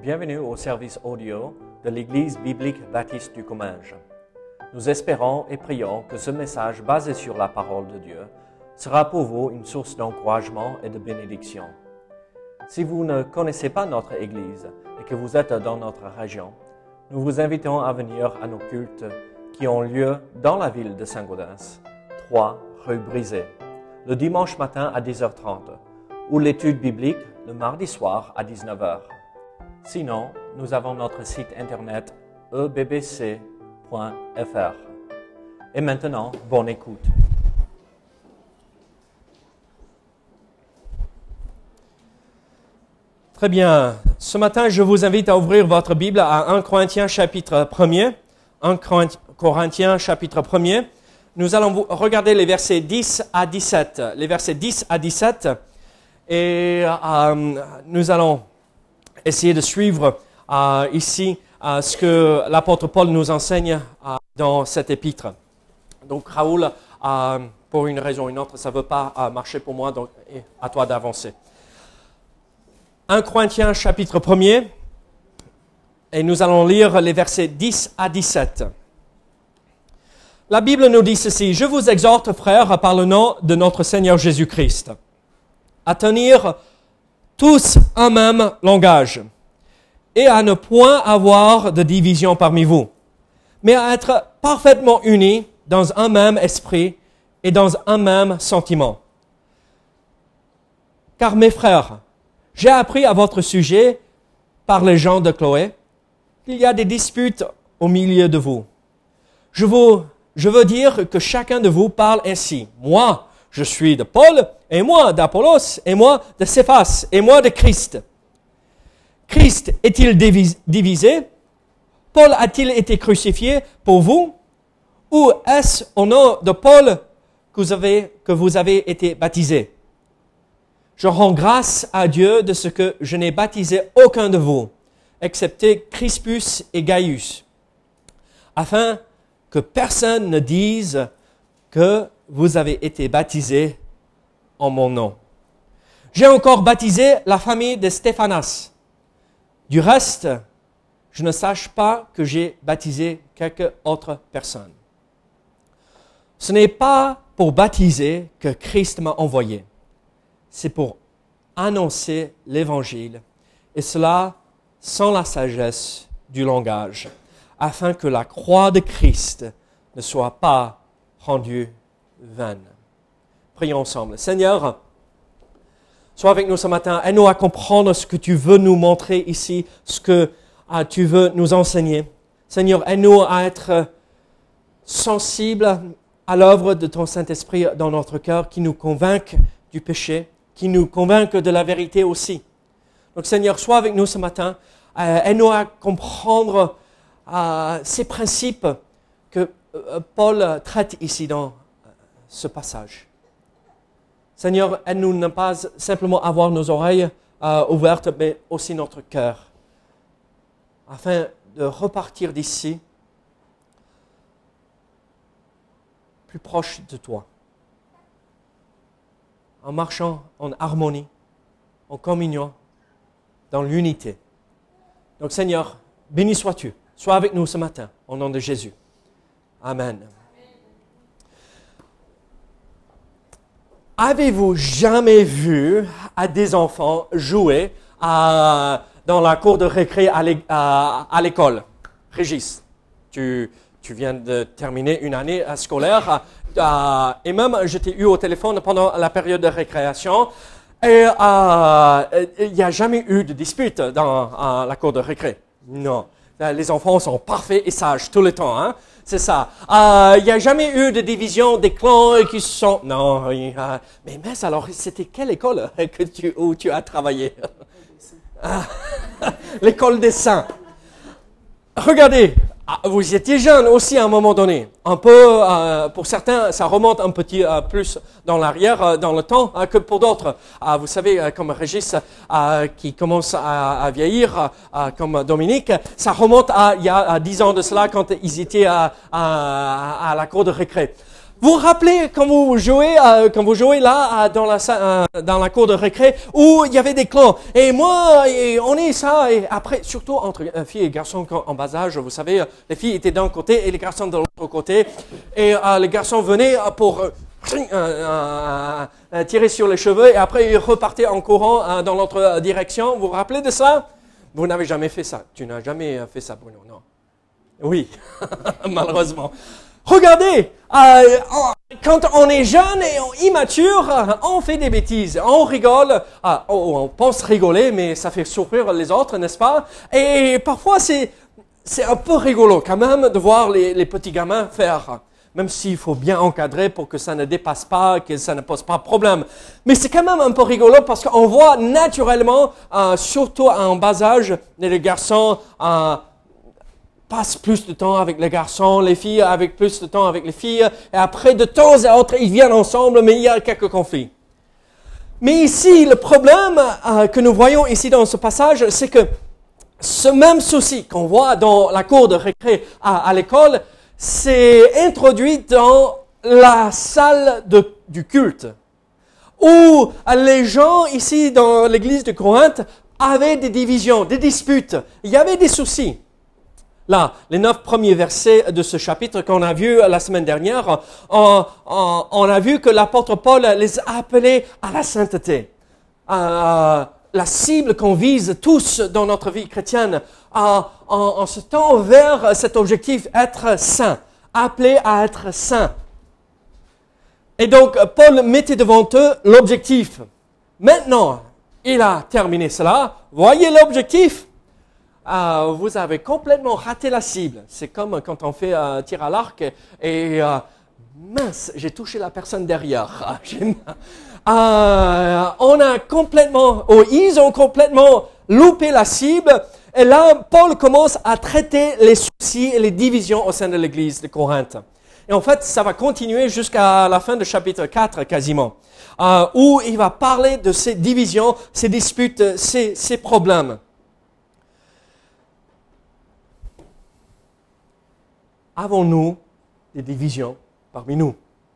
Bienvenue au service audio de l'Église biblique baptiste du Comminges. Nous espérons et prions que ce message basé sur la parole de Dieu sera pour vous une source d'encouragement et de bénédiction. Si vous ne connaissez pas notre Église et que vous êtes dans notre région, nous vous invitons à venir à nos cultes qui ont lieu dans la ville de Saint-Gaudens, 3 rue Brisée, le dimanche matin à 10h30 ou l'étude biblique le mardi soir à 19h. Sinon, nous avons notre site internet ebbc.fr. Et maintenant, bonne écoute. Très bien. Ce matin, je vous invite à ouvrir votre Bible à 1 Corinthiens chapitre 1er. 1 Corinthiens chapitre 1er. Nous allons regarder les versets 10 à 17. Les versets 10 à 17. Et nous allons essayer de suivre ici ce que l'apôtre Paul nous enseigne dans cet épître. Donc Raoul, pour une raison ou une autre, ça ne veut pas marcher pour moi, donc à toi d'avancer. 1 Corinthiens chapitre 1er, et nous allons lire les versets 10 à 17. La Bible nous dit ceci: « Je vous exhorte, frères, par le nom de notre Seigneur Jésus-Christ, à tenir tous un même langage, et à ne point avoir de division parmi vous, mais à être parfaitement unis dans un même esprit et dans un même sentiment. Car mes frères, j'ai appris à votre sujet par les gens de Chloé qu'il y a des disputes au milieu de vous. Je veux dire que chacun de vous parle ainsi. Moi, je suis de Paul, et moi d'Apollos, et moi de Céphas, et moi de Christ. Christ est-il divisé? Paul a-t-il été crucifié pour vous? Ou est-ce au nom de Paul que vous avez été baptisé? Je rends grâce à Dieu de ce que je n'ai baptisé aucun de vous, excepté Crispus et Gaius, afin que personne ne dise que vous avez été baptisés en mon nom. J'ai encore baptisé la famille de Stéphanas. Du reste, je ne sache pas que j'ai baptisé quelque autre personne. Ce n'est pas pour baptiser que Christ m'a envoyé. C'est pour annoncer l'Évangile, et cela sans la sagesse du langage, afin que la croix de Christ ne soit pas rendue vaine. » Prions ensemble. Seigneur, sois avec nous ce matin. Aide-nous à comprendre ce que tu veux nous montrer ici, ce que tu veux nous enseigner. Seigneur, aide-nous à être sensibles à l'œuvre de ton Saint-Esprit dans notre cœur, qui nous convainc du péché, qui nous convainc de la vérité aussi. Donc Seigneur, sois avec nous ce matin. Aide-nous à comprendre ces principes que Paul traite ici dans ce passage. Seigneur, aide-nous ne pas simplement avoir nos oreilles ouvertes, mais aussi notre cœur, afin de repartir d'ici plus proche de toi, en marchant en harmonie, en communion, dans l'unité. Donc Seigneur, béni sois-tu. Sois avec nous ce matin, au nom de Jésus. Amen. Avez-vous jamais vu des enfants jouer dans la cour de récré à l'école? Régis, tu viens de terminer une année scolaire et même je t'ai eu au téléphone pendant la période de récréation et il n'y a jamais eu de dispute dans la cour de récré. Non. Les enfants sont parfaits et sages tout le temps, hein? C'est ça. Il n'y a jamais eu de division des clans qui sont... Non, mais alors, c'était quelle école où tu as travaillé? L'école des saints. Regardez, vous étiez jeune aussi à un moment donné. Un peu, pour certains, ça remonte un petit plus dans l'arrière, dans le temps, que pour d'autres. Vous savez, comme Régis, qui commence à vieillir, comme Dominique, ça remonte il y a 10 ans de cela, quand ils étaient à la cour de récré. Vous vous rappelez quand vous jouez là dans la cour de récré où il y avait des clans. Et moi, on est ça. Et après, surtout entre filles et garçons en bas âge, vous savez, les filles étaient d'un côté et les garçons de l'autre côté. Et les garçons venaient pour tirer sur les cheveux et après ils repartaient en courant dans l'autre direction. Vous vous rappelez de ça? Vous n'avez jamais fait ça. Tu n'as jamais fait ça, Bruno, non? Oui, malheureusement. Regardez, quand on est jeune et immature, on fait des bêtises, on rigole, on pense rigoler, mais ça fait souffrir les autres, n'est-ce pas? Et parfois, c'est un peu rigolo quand même de voir les petits gamins faire, même s'il faut bien encadrer pour que ça ne dépasse pas, que ça ne pose pas de problème. Mais c'est quand même un peu rigolo parce qu'on voit naturellement, surtout en bas âge, les garçons passent plus de temps avec les garçons, les filles avec plus de temps avec les filles, et après, de temps à autre, ils viennent ensemble, mais il y a quelques conflits. Mais ici, le problème que nous voyons ici dans ce passage, c'est que ce même souci qu'on voit dans la cour de récré à l'école, c'est introduit dans la salle du culte, où les gens ici dans l'église de Corinthe avaient des divisions, des disputes, il y avait des soucis. Là, les 9 premiers versets de ce chapitre qu'on a vu la semaine dernière, on a vu que l'apôtre Paul les a appelés à la sainteté. La cible qu'on vise tous dans notre vie chrétienne, en se tend vers cet objectif, être saint, appelé à être saint. Et donc, Paul mettait devant eux l'objectif. Maintenant, il a terminé cela. Voyez l'objectif. Vous avez complètement raté la cible. C'est comme quand on fait un tir à l'arc et mince, j'ai touché la personne derrière. Ils ont complètement loupé la cible. Et là, Paul commence à traiter les soucis et les divisions au sein de l'église de Corinthe. Et en fait, ça va continuer jusqu'à la fin du chapitre 4 quasiment, où il va parler de ces divisions, ces disputes, ces problèmes. Avons-nous des divisions parmi nous?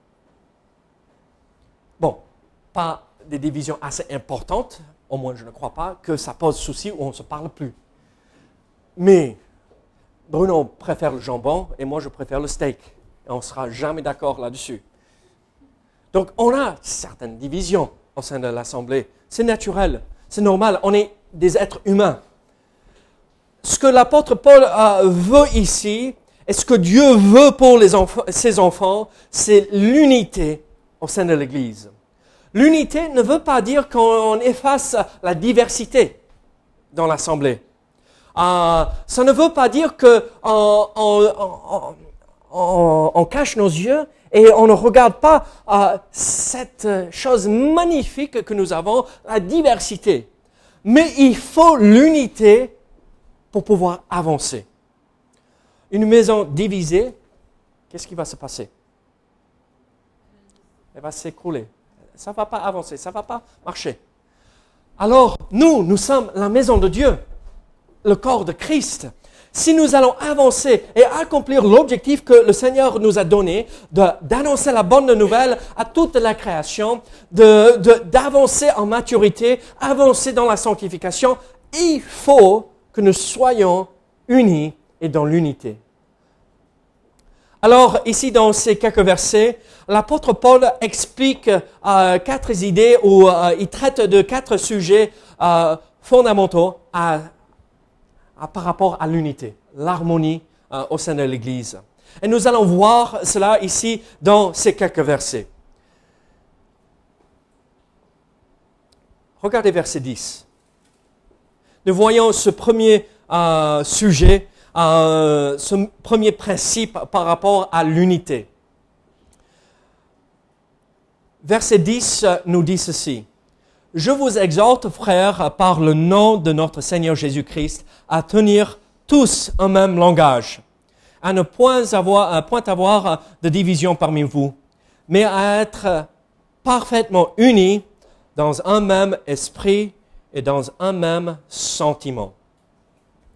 Bon, pas des divisions assez importantes, au moins je ne crois pas, que ça pose souci ou on ne se parle plus. Mais Bruno préfère le jambon et moi je préfère le steak. Et on ne sera jamais d'accord là-dessus. Donc on a certaines divisions au sein de l'Assemblée. C'est naturel, c'est normal, on est des êtres humains. Ce que l'apôtre Paul veut ici, et ce que Dieu veut pour ses enfants, c'est l'unité au sein de l'Église. L'unité ne veut pas dire qu'on efface la diversité dans l'Assemblée. Ça ne veut pas dire qu'on cache nos yeux et on ne regarde pas cette chose magnifique que nous avons, la diversité. Mais il faut l'unité pour pouvoir avancer. Une maison divisée, qu'est-ce qui va se passer? Elle va s'écrouler. Ça ne va pas avancer, ça ne va pas marcher. Alors, nous sommes la maison de Dieu, le corps de Christ. Si nous allons avancer et accomplir l'objectif que le Seigneur nous a donné, d'annoncer la bonne nouvelle à toute la création, d'avancer en maturité, avancer dans la sanctification, il faut que nous soyons unis et dans l'unité. Alors, ici, dans ces quelques versets, l'apôtre Paul explique 4 idées où il traite de 4 sujets fondamentaux par rapport à l'unité, l'harmonie au sein de l'Église. Et nous allons voir cela ici dans ces quelques versets. Regardez verset 10. Nous voyons ce premier sujet, ce premier principe par rapport à l'unité. Verset 10 nous dit ceci. « Je vous exhorte, frères, par le nom de notre Seigneur Jésus-Christ, à tenir tous un même langage, à ne point avoir de division parmi vous, mais à être parfaitement unis dans un même esprit et dans un même sentiment. »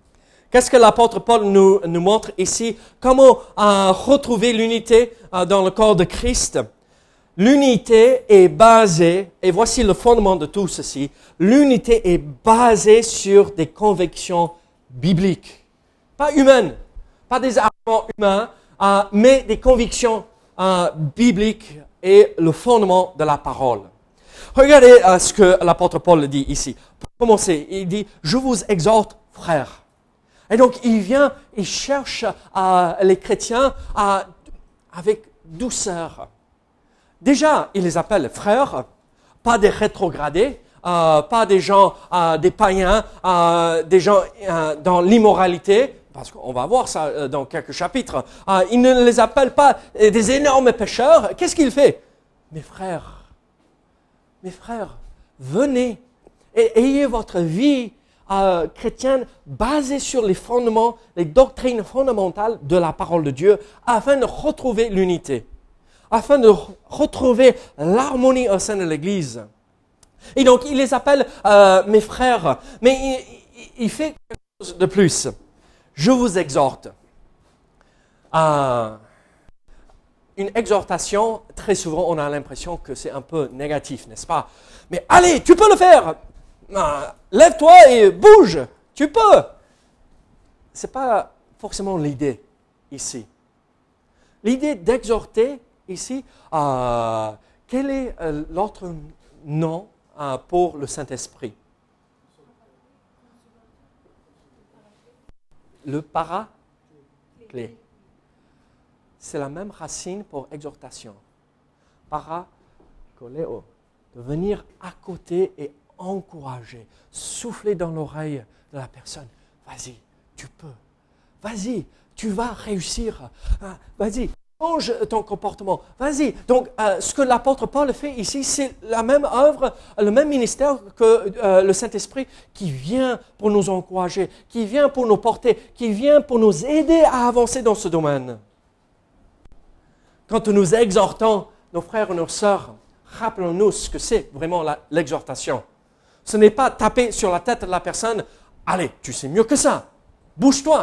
Qu'est-ce que l'apôtre Paul nous montre ici? Comment retrouver l'unité dans le corps de Christ? L'unité est basée, et voici le fondement de tout ceci, l'unité est basée sur des convictions bibliques. Pas humaines, pas des arguments humains, mais des convictions bibliques et le fondement de la parole. Regardez ce que l'apôtre Paul dit ici. Pour commencer, il dit « Je vous exhorte, frères ». Et donc, il vient, il cherche les chrétiens avec douceur. Déjà, il les appelle frères, pas des rétrogradés, pas des gens, des païens, des gens dans l'immoralité, parce qu'on va voir ça dans quelques chapitres. Il ne les appelle pas des énormes pécheurs. Qu'est-ce qu'il fait? Mes frères, venez et ayez votre vie chrétienne basée sur les fondements, les doctrines fondamentales de la parole de Dieu, afin de retrouver l'unité, afin de retrouver l'harmonie au sein de l'Église. Et donc, il les appelle mes frères, mais il fait quelque chose de plus. Je vous exhorte. Une exhortation, très souvent, on a l'impression que c'est un peu négatif, n'est-ce pas? Mais allez, tu peux le faire. Lève-toi et bouge. Tu peux. Ce n'est pas forcément l'idée ici. L'idée d'exhorter ici, quel est l'autre nom pour le Saint-Esprit? Le paraclet. C'est la même racine pour exhortation. Parakoléo. De venir à côté et encourager, souffler dans l'oreille de la personne. Vas-y, tu peux. Vas-y, tu vas réussir. Vas-y, change ton comportement. Vas-y. Donc, ce que l'apôtre Paul fait ici, c'est la même œuvre, le même ministère que le Saint-Esprit qui vient pour nous encourager, qui vient pour nous porter, qui vient pour nous aider à avancer dans ce domaine. Quand nous exhortons nos frères et nos sœurs, rappelons-nous ce que c'est vraiment l'exhortation. Ce n'est pas taper sur la tête de la personne, « Allez, tu sais mieux que ça, bouge-toi ».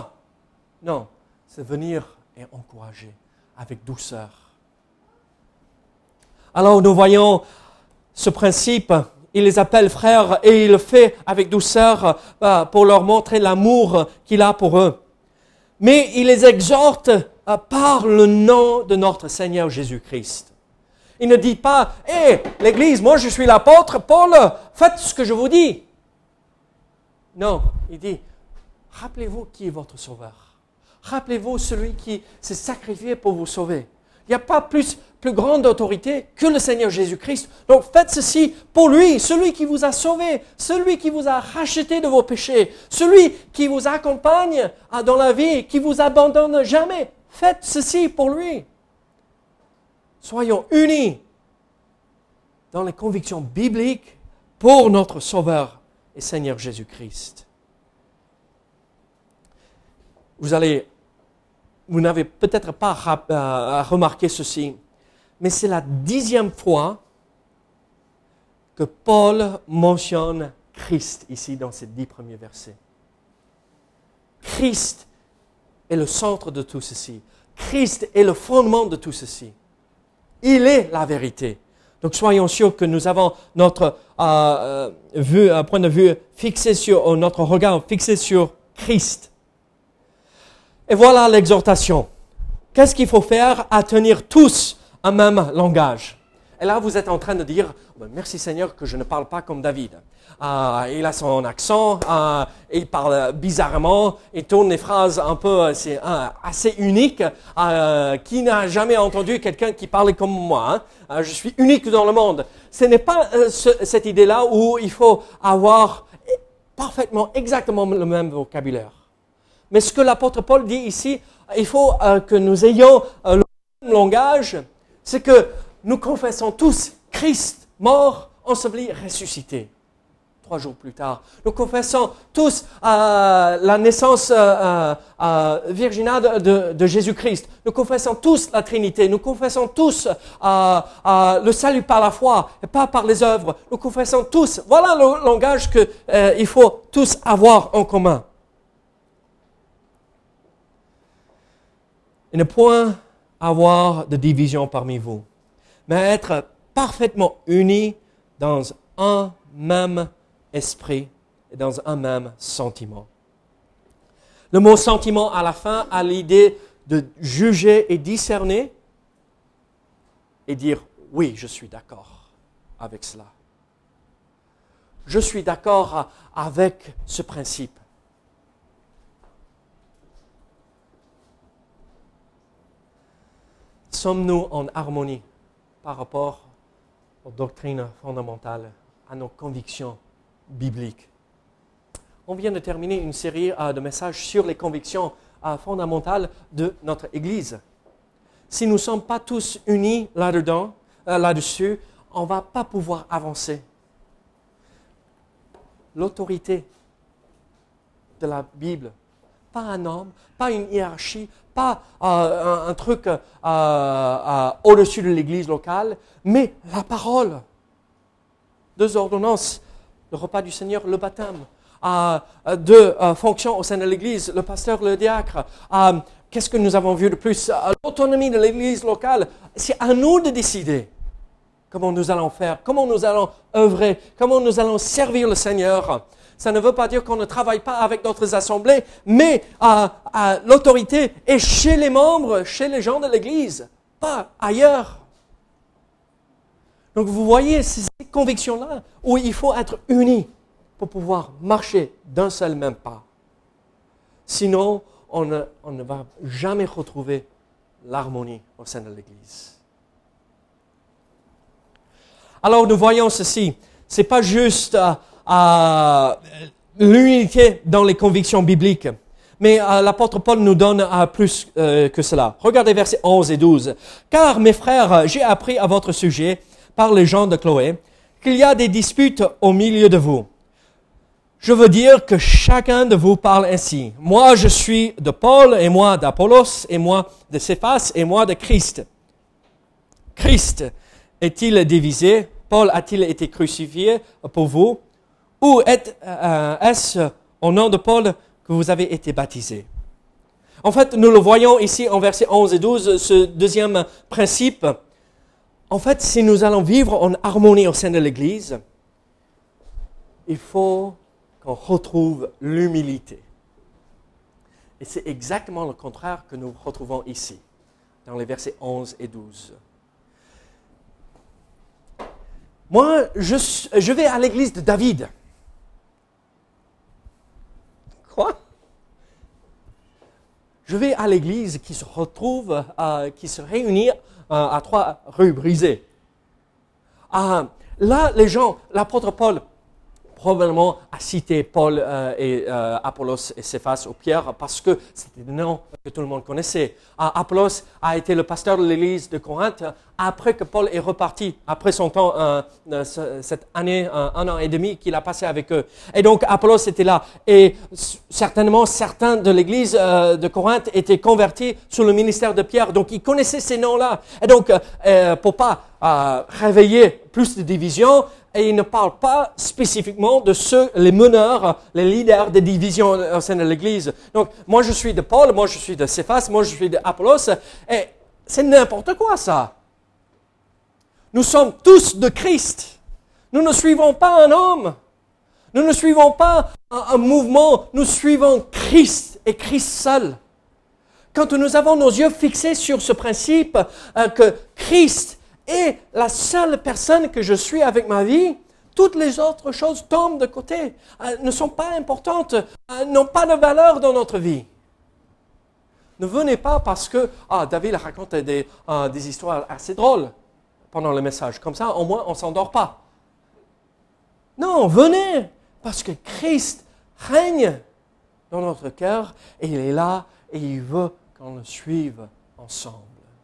Non, c'est venir et encourager avec douceur. Alors nous voyons ce principe, il les appelle frères et il le fait avec douceur pour leur montrer l'amour qu'il a pour eux. Mais il les exhorte par le nom de notre Seigneur Jésus-Christ. Il ne dit pas, « Hé, l'Église, moi je suis l'apôtre Paul, faites ce que je vous dis. » Non, il dit, « Rappelez-vous qui est votre sauveur. Rappelez-vous celui qui s'est sacrifié pour vous sauver. Il n'y a pas plus grande autorité que le Seigneur Jésus-Christ. Donc faites ceci pour lui, celui qui vous a sauvé, celui qui vous a racheté de vos péchés, celui qui vous accompagne dans la vie, qui vous abandonne jamais. Faites ceci pour lui. » Soyons unis dans les convictions bibliques pour notre Sauveur et Seigneur Jésus-Christ. Vous n'avez peut-être pas remarqué ceci, mais c'est la 10e fois que Paul mentionne Christ ici dans ces 10 premiers versets. Christ est le centre de tout ceci. Christ est le fondement de tout ceci. Il est la vérité. Donc soyons sûrs que nous avons notre point de vue fixé sur, notre regard fixé sur Christ. Et voilà l'exhortation. Qu'est-ce qu'il faut faire? À tenir tous un même langage. Et là, vous êtes en train de dire, merci Seigneur que je ne parle pas comme David. Il a son accent, il parle bizarrement, il tourne les phrases un peu assez uniques. Qui n'a jamais entendu quelqu'un qui parlait comme moi? Je suis unique dans le monde. Ce n'est pas cette idée-là où il faut avoir parfaitement, exactement le même vocabulaire. Mais ce que l'apôtre Paul dit ici, il faut que nous ayons le même langage, c'est que nous confessons tous Christ, mort, enseveli, ressuscité. 3 jours plus tard. Nous confessons tous la naissance virginale de Jésus-Christ. Nous confessons tous la Trinité. Nous confessons tous le salut par la foi et pas par les œuvres. Nous confessons tous. Voilà le langage qu'il faut tous avoir en commun. et ne point avoir de division parmi vous, mais être parfaitement unis dans un même esprit et dans un même sentiment. Le mot sentiment à la fin a l'idée de juger et discerner et dire oui, je suis d'accord avec cela. Je suis d'accord avec ce principe. Sommes-nous en harmonie par rapport aux doctrines fondamentales, à nos convictions bibliques? On vient de terminer une série de messages sur les convictions fondamentales de notre Église. Si nous ne sommes pas tous unis là-dessus, on ne va pas pouvoir avancer. L'autorité de la Bible, pas un homme, pas une hiérarchie, pas un truc au-dessus de l'Église locale, mais la parole. 2 ordonnances, le repas du Seigneur, le baptême. 2 fonctions au sein de l'Église, le pasteur, le diacre. Qu'est-ce que nous avons vu de plus? L'autonomie de l'Église locale. C'est à nous de décider comment nous allons faire, comment nous allons œuvrer, comment nous allons servir le Seigneur. Ça ne veut pas dire qu'on ne travaille pas avec d'autres assemblées, mais l'autorité est chez les membres, chez les gens de l'Église, pas ailleurs. Donc vous voyez ces convictions-là où il faut être unis pour pouvoir marcher d'un seul même pas. Sinon, on ne va jamais retrouver l'harmonie au sein de l'Église. Alors nous voyons ceci, ce n'est pas juste l'unité dans les convictions bibliques, mais l'apôtre Paul nous donne plus que cela. Regardez versets 11 et 12. « Car mes frères, j'ai appris à votre sujet, par les gens de Chloé, qu'il y a des disputes au milieu de vous. Je veux dire que chacun de vous parle ainsi. Moi, je suis de Paul, et moi d'Apollos, et moi de Céphas, et moi de Christ. Christ est-il divisé? Paul a-t-il été crucifié pour vous? Ou est-ce au nom de Paul que vous avez été baptisés? » En fait, nous le voyons ici en versets 11 et 12, ce deuxième principe. En fait, si nous allons vivre en harmonie au sein de l'Église, il faut qu'on retrouve l'humilité. Et c'est exactement le contraire que nous retrouvons ici, dans les versets 11 et 12. Moi, je vais à l'église de David. Quoi? Je vais à l'église qui se retrouve, qui se réunit à 3 rues brisées. Là, les gens, l'apôtre Paul, probablement a cité Paul et Apollos et Céphas ou Pierre parce que c'était des noms que tout le monde connaissait. Apollos a été le pasteur de l'église de Corinthe après que Paul est reparti, après son temps, cette année, 1 an et demi qu'il a passé avec eux. Et donc Apollos était là. Et certainement, certains de l'église de Corinthe étaient convertis sous le ministère de Pierre. Donc ils connaissaient ces noms-là. Et donc, pour pas réveiller plus de divisions, et il ne parle pas spécifiquement de ceux, les meneurs, les leaders des divisions au sein de l'Église. Donc, moi je suis de Paul, moi je suis de Céphas, moi je suis d'Apollos, et c'est n'importe quoi ça. Nous sommes tous de Christ. Nous ne suivons pas un homme. Nous ne suivons pas un mouvement, nous suivons Christ et Christ seul. Quand nous avons nos yeux fixés sur ce principe que Christ est la seule personne que je suis avec ma vie, toutes les autres choses tombent de côté, ne sont pas importantes, n'ont pas de valeur dans notre vie. Ne venez pas parce que David raconte des histoires assez drôles pendant le message. Comme ça, au moins, on ne s'endort pas. Non, venez parce que Christ règne dans notre cœur et il est là et il veut qu'on le suive ensemble.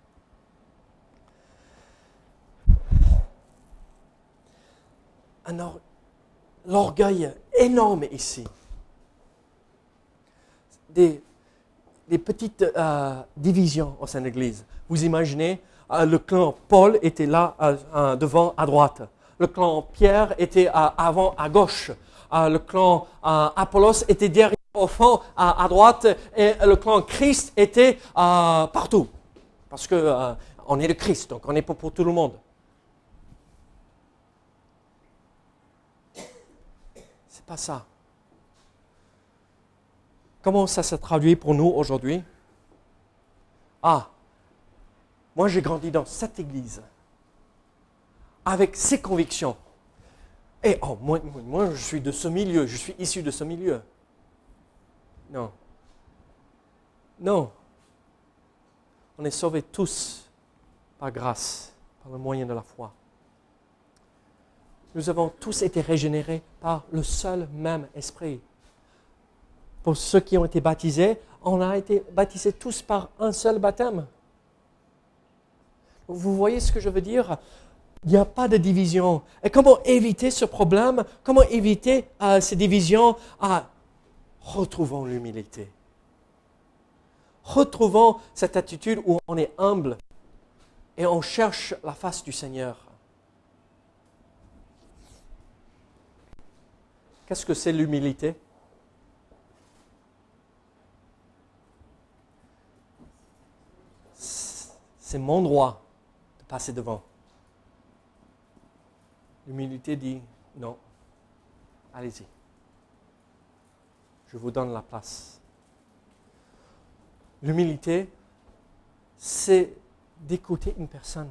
L'orgueil énorme ici. Des petites divisions au sein de l'Église. Vous imaginez, le clan Paul était là devant à droite. Le clan Pierre était avant à gauche. Le clan Apollos était derrière au fond, à droite, et le clan Christ était partout. Parce que on est le Christ, donc on est pour tout le monde. C'est pas ça. Comment ça se traduit pour nous aujourd'hui? Moi j'ai grandi dans cette église, avec ces convictions. Et moi je suis de ce milieu, je suis issu de ce milieu. Non. On est sauvés tous par grâce, par le moyen de la foi. Nous avons tous été régénérés par le seul même esprit. Pour ceux qui ont été baptisés, on a été baptisés tous par un seul baptême. Vous voyez ce que je veux dire? Il n'y a pas de division. Et comment éviter ce problème? Comment éviter ces divisions? Retrouvons l'humilité. Retrouvons cette attitude où on est humble et on cherche la face du Seigneur. Qu'est-ce que c'est l'humilité? C'est mon droit de passer devant. L'humilité dit non, allez-y. Je vous donne la place. L'humilité, c'est d'écouter une personne,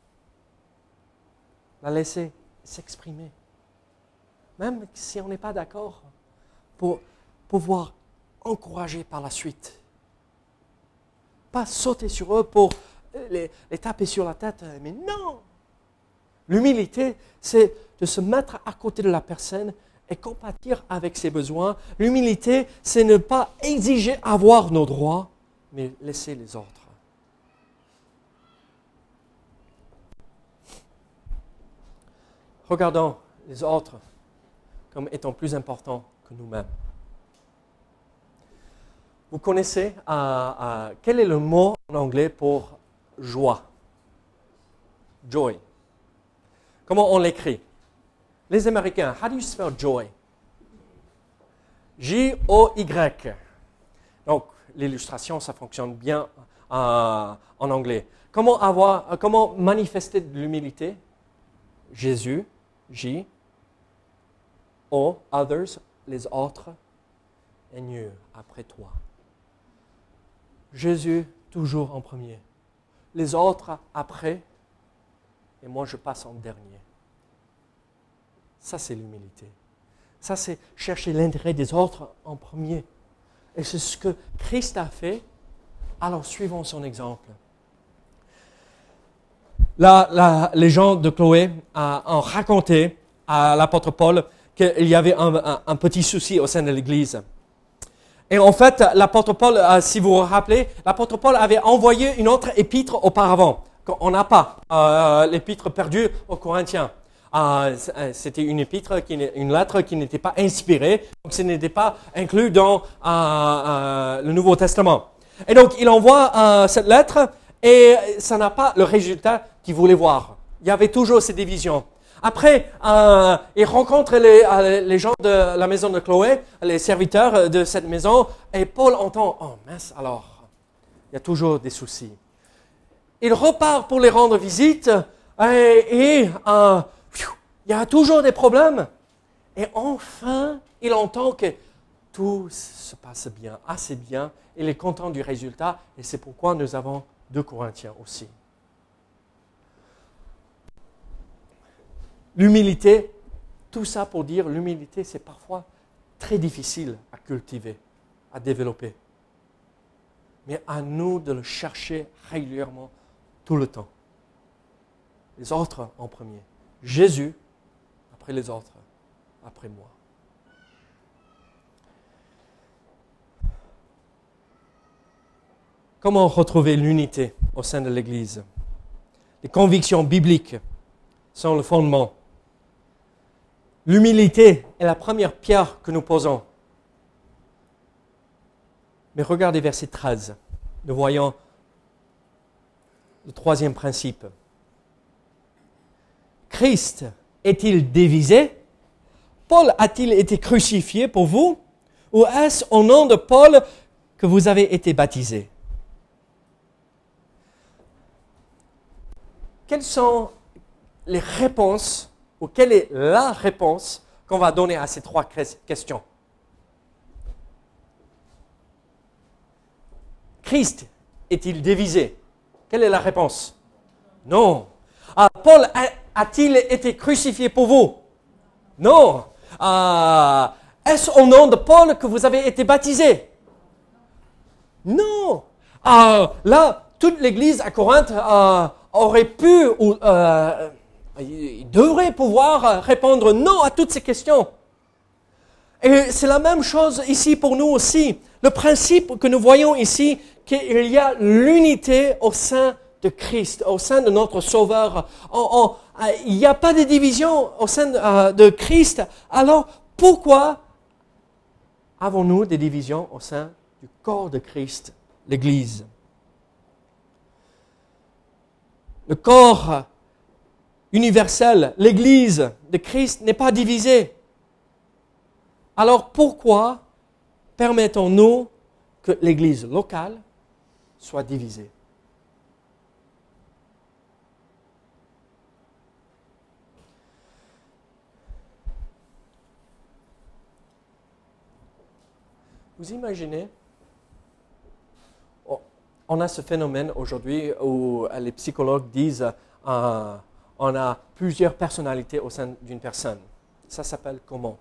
la laisser s'exprimer, même si on n'est pas d'accord, pour pouvoir encourager par la suite. Pas sauter sur eux pour les taper sur la tête, mais non! L'humilité, c'est de se mettre à côté de la personne et compatir avec ses besoins. L'humilité, c'est ne pas exiger avoir nos droits, mais laisser les autres. Regardons les autres comme étant plus importants que nous-mêmes. Vous connaissez quel est le mot en anglais pour joie? Joy. Comment on l'écrit? Les Américains, how do you spell joy? J-O-Y. Donc, l'illustration, ça fonctionne bien en anglais. Comment manifester de l'humilité? Jésus, J, O, others, les autres, and you, après toi. Jésus, toujours en premier. Les autres, après, et moi, je passe en dernier. Ça, c'est l'humilité. Ça, c'est chercher l'intérêt des autres en premier. Et c'est ce que Christ a fait. Alors, suivons son exemple. Les gens de Chloé ont raconté à l'apôtre Paul qu'il y avait un petit souci au sein de l'Église. Et en fait, l'apôtre Paul, si vous vous rappelez, l'apôtre Paul avait envoyé une autre épître auparavant. On n'a pas l'épître perdue aux Corinthiens. C'était une épître, une lettre qui n'était pas inspirée, donc ce n'était pas inclus dans le Nouveau Testament. Et donc, il envoie cette lettre et ça n'a pas le résultat qu'il voulait voir. Il y avait toujours ces divisions. Après, il rencontre les gens de la maison de Chloé, les serviteurs de cette maison, et Paul entend, oh mince, alors, il y a toujours des soucis. Il repart pour les rendre visite, et il y a toujours des problèmes. Et enfin, il entend que tout se passe bien, assez bien. Il est content du résultat, et c'est pourquoi nous avons 2 Corinthiens aussi. L'humilité, tout ça pour dire, l'humilité, c'est parfois très difficile à cultiver, à développer. Mais à nous de le chercher régulièrement, tout le temps. Les autres en premier. Jésus, après les autres, après moi. Comment retrouver l'unité au sein de l'Église? Les convictions bibliques sont le fondement. L'humilité est la première pierre que nous posons. Mais regardez verset 13. Nous voyons le 3e principe. Christ est-il divisé? Paul a-t-il été crucifié pour vous? Ou est-ce au nom de Paul que vous avez été baptisés? Quelles sont les réponses, ou quelle est la réponse qu'on va donner à ces trois questions? Christ est-il divisé? Quelle est la réponse? Non. Paul a-t-il été crucifié pour vous? Non. Est-ce au nom de Paul que vous avez été baptisés? Non. Là, toute l'Église à Corinthe aurait pu, ou il devrait pouvoir répondre non à toutes ces questions. Et c'est la même chose ici pour nous aussi. Le principe que nous voyons ici, qu'il y a l'unité au sein de Christ, au sein de notre Sauveur. Il n'y a pas de division au sein de Christ. Alors, pourquoi avons-nous des divisions au sein du corps de Christ, l'Église? Le corps universel, l'Église de Christ n'est pas divisé. Alors pourquoi permettons-nous que l'Église locale soit divisée? Vous imaginez, on a ce phénomène aujourd'hui où les psychologues disent on a plusieurs personnalités au sein d'une personne. Ça s'appelle comment?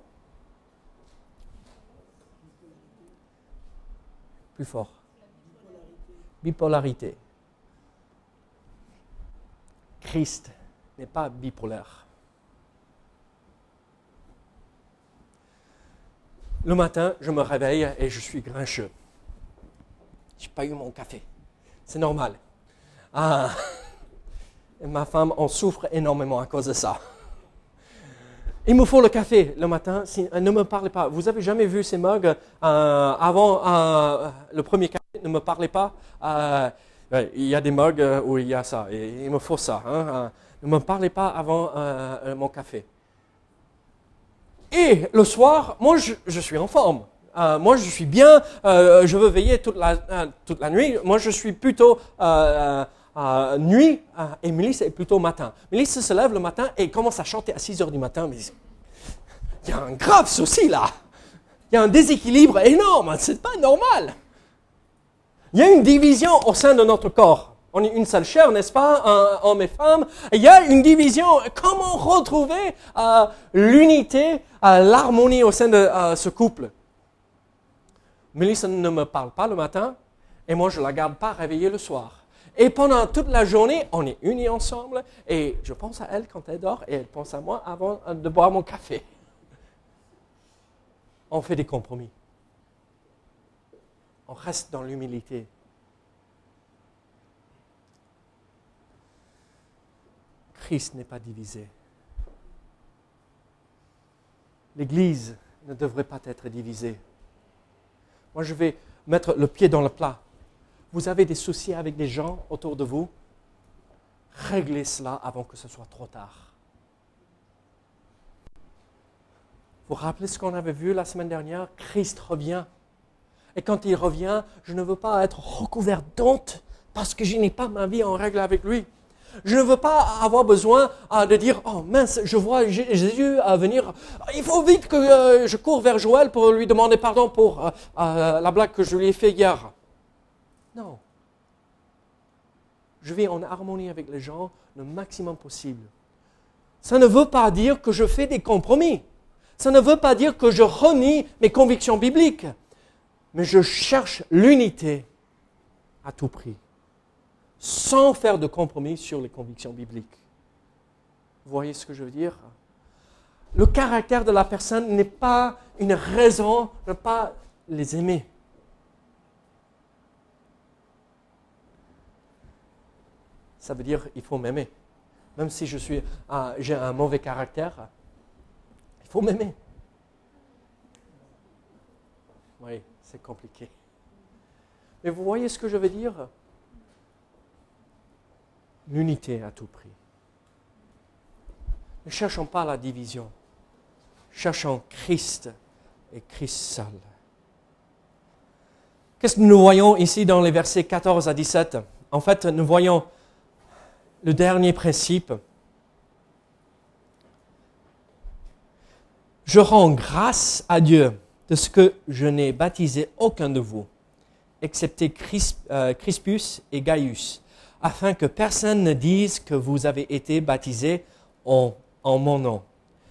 Plus fort. Bipolarité. Christ n'est pas bipolaire. Le matin, je me réveille et je suis grincheux. Je n'ai pas eu mon café. C'est normal. Et ma femme en souffre énormément à cause de ça. Il me faut le café le matin. Ne me parlez pas. Vous avez jamais vu ces mugs avant le premier café? Ne me parlez pas. Il y a des mugs où il y a ça. Et il me faut ça. Ne me parlez pas avant mon café. Et le soir, moi, je suis en forme. Moi, je suis bien. Je veux veiller toute la nuit. Moi, je suis plutôt nuit. Et Mélisse est plutôt matin. Mélisse se lève le matin et commence à chanter à 6 heures du matin. Mais il y a un grave souci là. Il y a un déséquilibre énorme. C'est pas normal. Il y a une division au sein de notre corps. On est une seule chair, n'est-ce pas, hommes et femmes. Il y a une division. Comment retrouver l'unité, l'harmonie au sein de ce couple? Mélissa ne me parle pas le matin et moi je ne la garde pas réveillée le soir. Et pendant toute la journée, on est unis ensemble et je pense à elle quand elle dort et elle pense à moi avant de boire mon café. On fait des compromis. On reste dans l'humilité. Christ n'est pas divisé. L'Église ne devrait pas être divisée. Moi, je vais mettre le pied dans le plat. Vous avez des soucis avec des gens autour de vous? Réglez cela avant que ce soit trop tard. Vous vous rappelez ce qu'on avait vu la semaine dernière? Christ revient. Et quand il revient, je ne veux pas être recouvert d'honte parce que je n'ai pas ma vie en règle avec lui. Je ne veux pas avoir besoin de dire « Oh mince, je vois Jésus venir. Il faut vite que je cours vers Joël pour lui demander pardon pour la blague que je lui ai faite hier. » Non. Je vis en harmonie avec les gens le maximum possible. Ça ne veut pas dire que je fais des compromis. Ça ne veut pas dire que je renie mes convictions bibliques. Mais je cherche l'unité à tout prix, sans faire de compromis sur les convictions bibliques. Vous voyez ce que je veux dire? Le caractère de la personne n'est pas une raison de ne pas les aimer. Ça veut dire qu'il faut m'aimer. Même si j'ai un mauvais caractère, il faut m'aimer. Oui, c'est compliqué. Mais vous voyez ce que je veux dire? L'unité à tout prix. Ne cherchons pas la division. Cherchons Christ et Christ seul. Qu'est-ce que nous voyons ici dans les versets 14 à 17? En fait, nous voyons le dernier principe. Je rends grâce à Dieu de ce que je n'ai baptisé aucun de vous, excepté Crispus et Gaius, afin que personne ne dise que vous avez été baptisés en mon nom.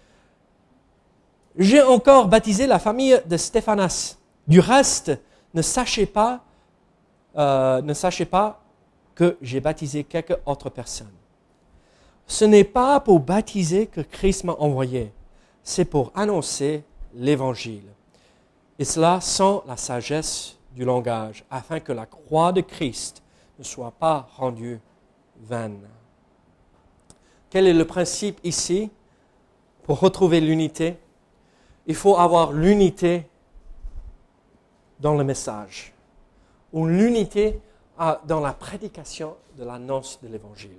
J'ai encore baptisé la famille de Stéphanas. Du reste, ne sachez pas que j'ai baptisé quelques autres personnes. Ce n'est pas pour baptiser que Christ m'a envoyé, c'est pour annoncer l'Évangile. Et cela sans la sagesse du langage, afin que la croix de Christ ne soit pas rendue vaine. Quel est le principe ici? Pour retrouver l'unité, il faut avoir l'unité dans le message, ou l'unité dans la prédication de l'annonce de l'Évangile.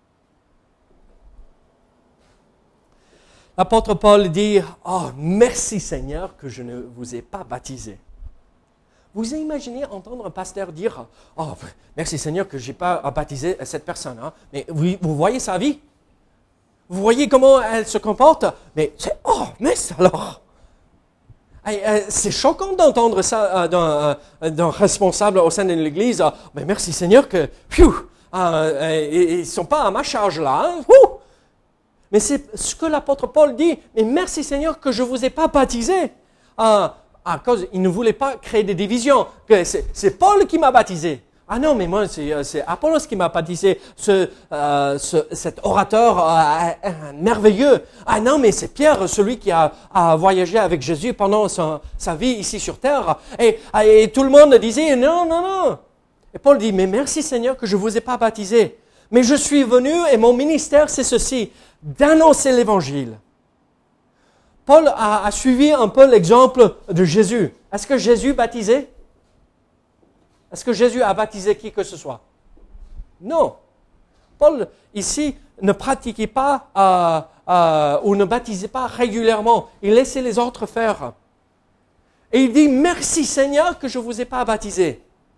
L'apôtre Paul dit « Oh, merci Seigneur que je ne vous ai pas baptisé. » Vous imaginez entendre un pasteur dire « Oh, merci Seigneur que je n'ai pas baptisé cette personne. Hein. » Mais vous voyez sa vie? Vous voyez comment elle se comporte? Mais c'est « Oh, mais alors !» C'est choquant d'entendre ça d'un responsable au sein de l'Église. « Mais merci Seigneur que ils ne sont pas à ma charge là. Hein. Mais c'est ce que l'apôtre Paul dit. Mais merci Seigneur que je ne vous ai pas baptisé. À cause, il ne voulait pas créer des divisions. C'est Paul qui m'a baptisé. Ah non, mais moi, c'est Apollos qui m'a baptisé, cet orateur merveilleux. Ah non, mais c'est Pierre, celui qui a voyagé avec Jésus pendant sa vie ici sur terre. Et tout le monde disait, non, non, non. Et Paul dit, mais merci Seigneur que je ne vous ai pas baptisé. Mais je suis venu et mon ministère, c'est ceci, d'annoncer l'Évangile. Paul a suivi un peu l'exemple de Jésus. Est-ce que Jésus baptisait? Est-ce que Jésus a baptisé qui que ce soit? Non. Paul, ici, ne pratiquait pas ou ne baptisait pas régulièrement. Il laissait les autres faire. Et il dit, merci Seigneur que je ne vous ai pas baptisé.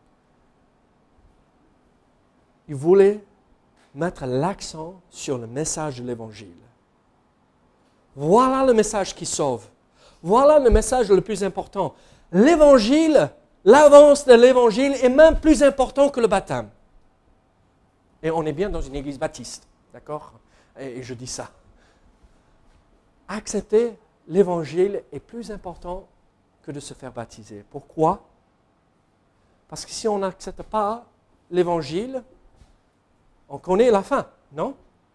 Il voulait mettre l'accent sur le message de l'Évangile. Voilà le message qui sauve. Voilà le message le plus important. L'Évangile, l'avance de l'Évangile est même plus important que le baptême. Et on est bien dans une église baptiste, d'accord? Et je dis ça. Accepter l'Évangile est plus important que de se faire baptiser. Pourquoi? Parce que si on n'accepte pas l'Évangile, on connaît la fin, non?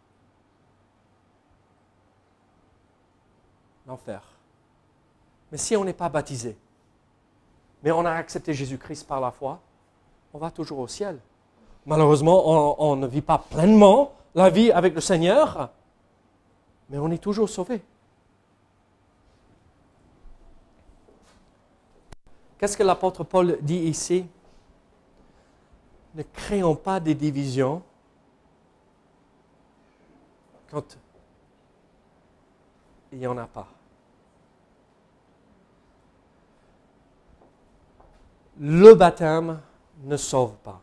L'enfer. Mais si on n'est pas baptisé, mais on a accepté Jésus-Christ par la foi, on va toujours au ciel. Malheureusement, on ne vit pas pleinement la vie avec le Seigneur, mais on est toujours sauvé. Qu'est-ce que l'apôtre Paul dit ici? Ne créons pas des divisions quand il n'y en a pas. Le baptême ne sauve pas.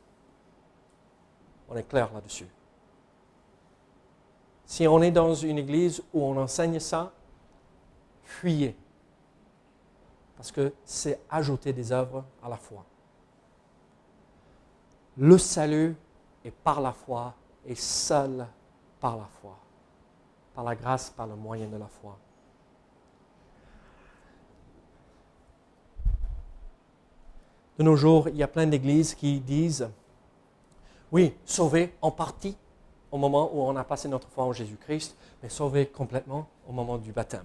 On est clair là-dessus. Si on est dans une église où on enseigne ça, fuyez. Parce que c'est ajouter des œuvres à la foi. Le salut est par la foi et seul par la foi. Par la grâce, par le moyen de la foi. De nos jours, il y a plein d'églises qui disent, oui, sauvé en partie au moment où on a passé notre foi en Jésus-Christ, mais sauvé complètement au moment du baptême.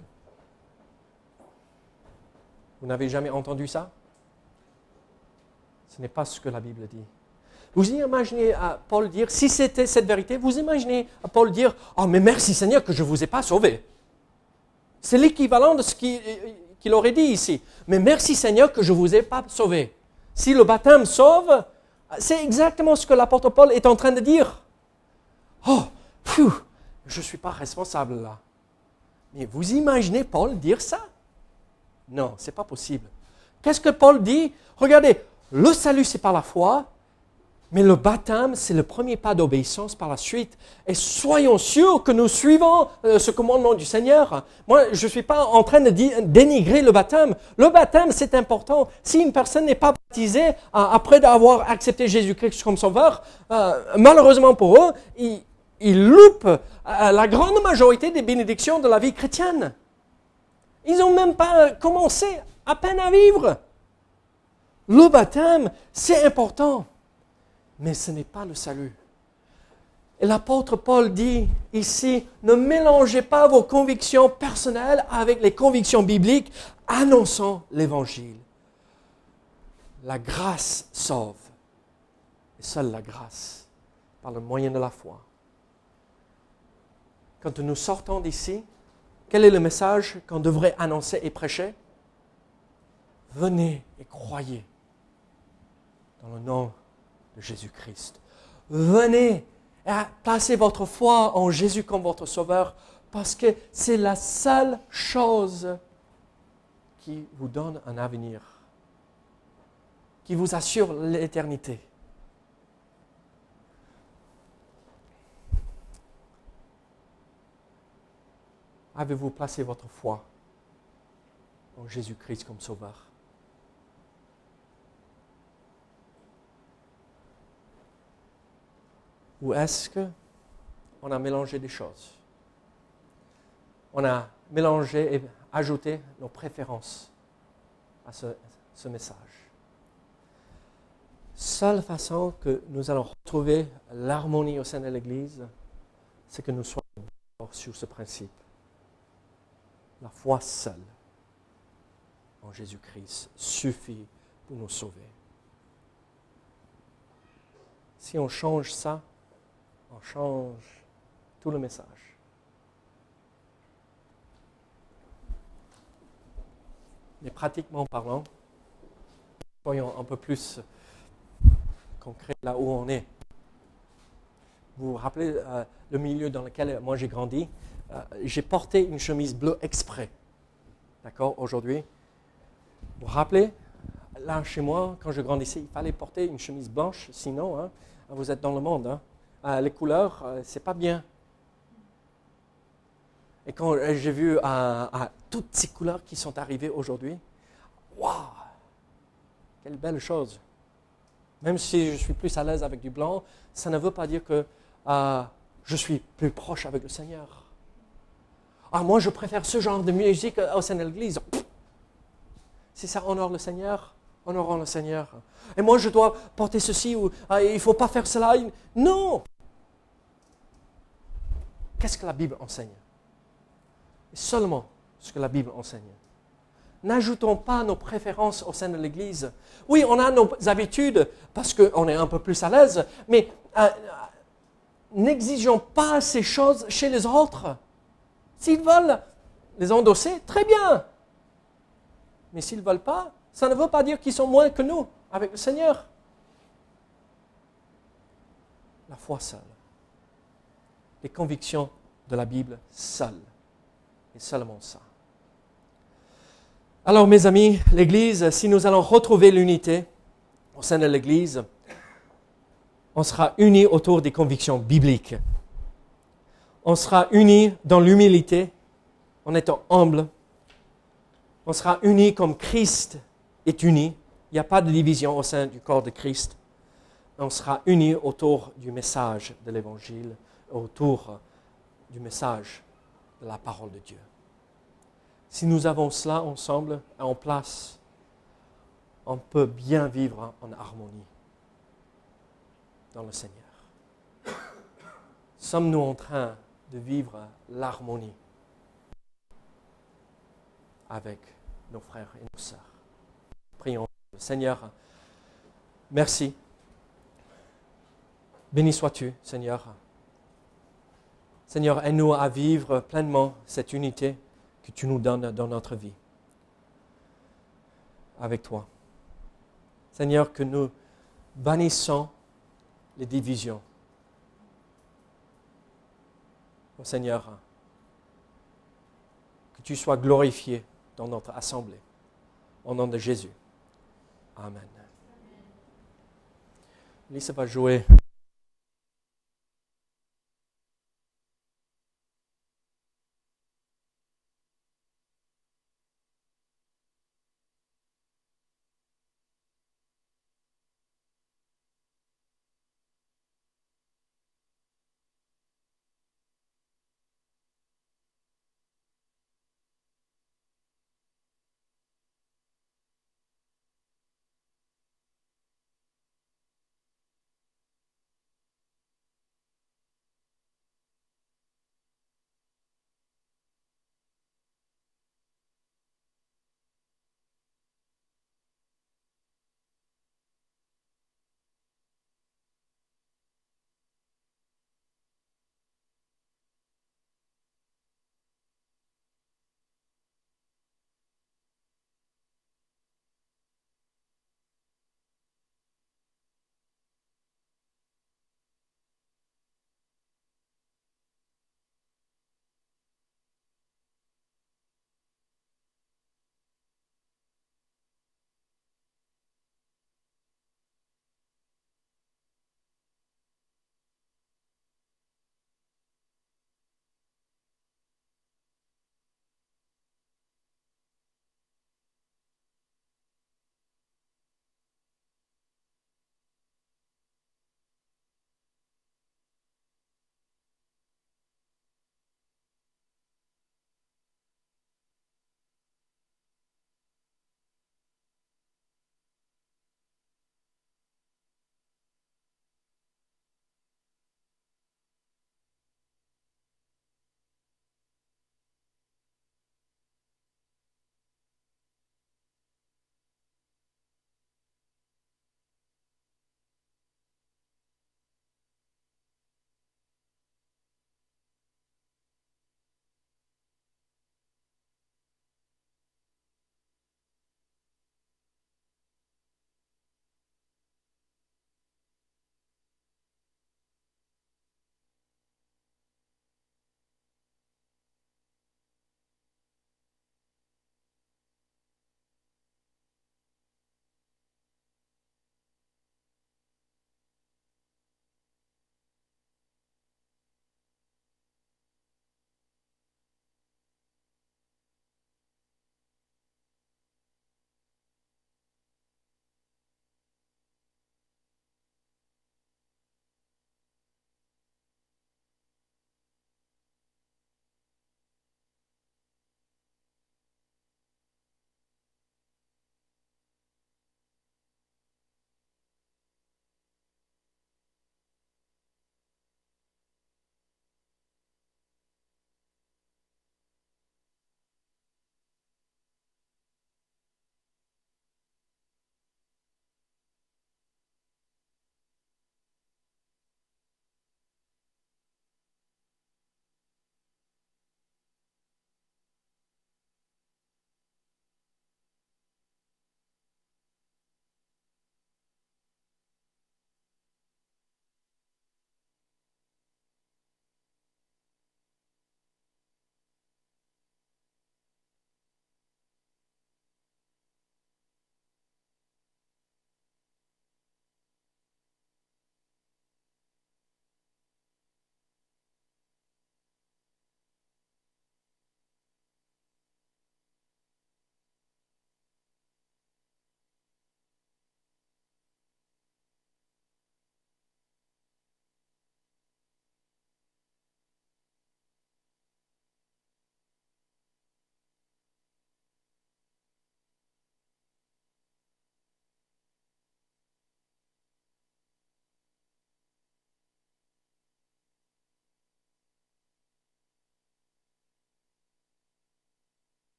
Vous n'avez jamais entendu ça? Ce n'est pas ce que la Bible dit. Vous imaginez Paul dire, si c'était cette vérité, vous imaginez Paul dire, « Oh, mais merci Seigneur que je ne vous ai pas sauvé. » C'est l'équivalent de ce qu'il aurait dit ici. « Mais merci Seigneur que je ne vous ai pas sauvé. » Si le baptême sauve, c'est exactement ce que l'apôtre Paul est en train de dire. « Oh, je ne suis pas responsable là. » Mais vous imaginez Paul dire ça? Non, ce n'est pas possible. Qu'est-ce que Paul dit? Regardez, le salut, c'est par la foi, mais le baptême, c'est le premier pas d'obéissance par la suite. Et soyons sûrs que nous suivons ce commandement du Seigneur. Moi, je ne suis pas en train de dénigrer le baptême. Le baptême, c'est important. Si une personne n'est pas baptisée après avoir accepté Jésus-Christ comme sauveur, malheureusement pour eux, ils loupent la grande majorité des bénédictions de la vie chrétienne. Ils n'ont même pas commencé à peine à vivre. Le baptême, c'est important. Mais ce n'est pas le salut. Et l'apôtre Paul dit ici, ne mélangez pas vos convictions personnelles avec les convictions bibliques, annonçant l'Évangile. La grâce sauve. Et seule la grâce, par le moyen de la foi. Quand nous sortons d'ici, quel est le message qu'on devrait annoncer et prêcher? Venez et croyez dans le nom de Jésus-Christ. Venez et placez votre foi en Jésus comme votre sauveur parce que c'est la seule chose qui vous donne un avenir, qui vous assure l'éternité. Avez-vous placé votre foi en Jésus-Christ comme sauveur? Ou est-ce qu'on a mélangé des choses? On a mélangé et ajouté nos préférences à ce message. Seule façon que nous allons retrouver l'harmonie au sein de l'Église, c'est que nous soyons d'accord sur ce principe. La foi seule en Jésus-Christ suffit pour nous sauver. Si on change ça, on change tout le message. Mais pratiquement parlant, soyons un peu plus concrets là où on est. Vous vous rappelez le milieu dans lequel moi j'ai grandi? J'ai porté une chemise bleue exprès. D'accord, aujourd'hui? Vous vous rappelez? Là, chez moi, quand je grandissais, il fallait porter une chemise blanche, sinon, vous êtes dans le monde, les couleurs, c'est pas bien. Et quand j'ai vu toutes ces couleurs qui sont arrivées aujourd'hui, waouh, quelle belle chose. Même si je suis plus à l'aise avec du blanc, ça ne veut pas dire que je suis plus proche avec le Seigneur. Moi, je préfère ce genre de musique au sein de l'Église. Si ça honore le Seigneur, honorons le Seigneur. Et moi, je dois porter ceci ou il ne faut pas faire cela. Non! Qu'est-ce que la Bible enseigne? Seulement ce que la Bible enseigne. N'ajoutons pas nos préférences au sein de l'Église. Oui, on a nos habitudes parce qu'on est un peu plus à l'aise, mais n'exigeons pas ces choses chez les autres. S'ils veulent les endosser, très bien. Mais s'ils ne veulent pas, ça ne veut pas dire qu'ils sont moins que nous avec le Seigneur. La foi seule. Les convictions de la Bible seules. Et seulement ça. Alors, mes amis, l'Église, si nous allons retrouver l'unité au sein de l'Église, on sera unis autour des convictions bibliques. On sera unis dans l'humilité, en étant humble. On sera unis comme Christ est uni. Il n'y a pas de division au sein du corps de Christ. On sera unis autour du message de l'Évangile, autour du message de la parole de Dieu. Si nous avons cela ensemble, en place, on peut bien vivre en harmonie dans le Seigneur. Sommes-nous en train de vivre l'harmonie avec nos frères et nos sœurs? Prions. Seigneur, merci. Béni sois-tu, Seigneur. Seigneur, aide-nous à vivre pleinement cette unité que tu nous donnes dans notre vie avec toi. Seigneur, que nous bannissons les divisions. Oh Seigneur, que tu sois glorifié dans notre assemblée. Au nom de Jésus. Amen. Lisa va jouer